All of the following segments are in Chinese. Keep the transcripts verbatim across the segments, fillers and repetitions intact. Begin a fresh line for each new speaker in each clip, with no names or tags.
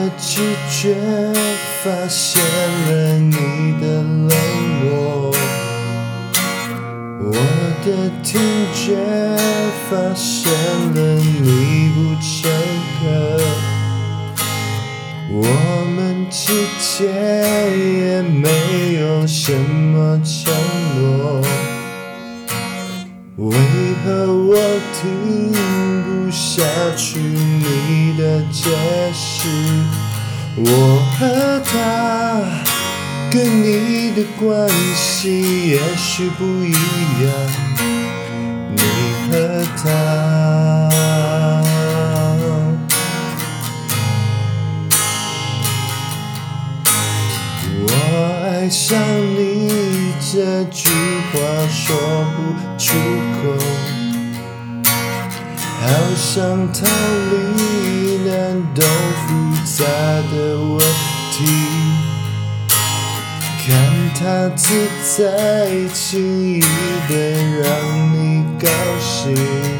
直觉发现了你的冷漠，我的听觉发现了你不诚恳，我们之间也没有什么承诺，为何我听不下去你的解释？我和他跟你的关系也许不一样，你和他，我爱上你这句话说不出口，好想逃离难懂复杂的问题，看他自在轻易的让你高兴，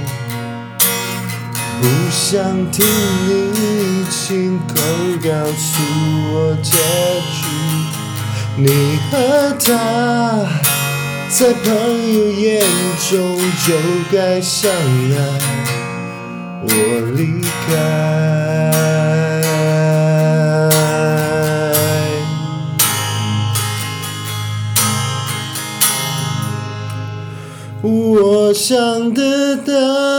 不想听你亲口告诉我结局，你和他在朋友眼中就该相爱，我离开。我想得到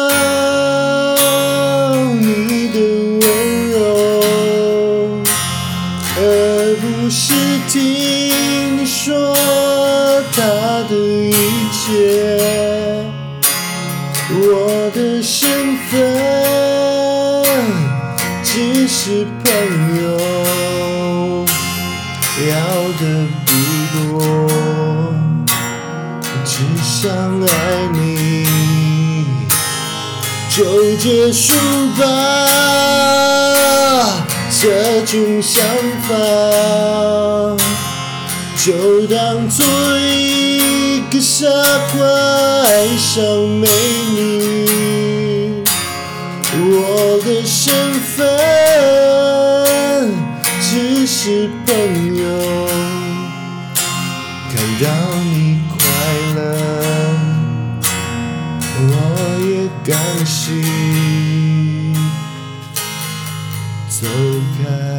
你的温柔，而不是听你说他的一切。我的身份只是朋友，要的不多，只想爱你，就结束吧，这种想法就当作一个傻瓜爱上美女。我的身份只是朋友，看到你快乐，我也甘心走开。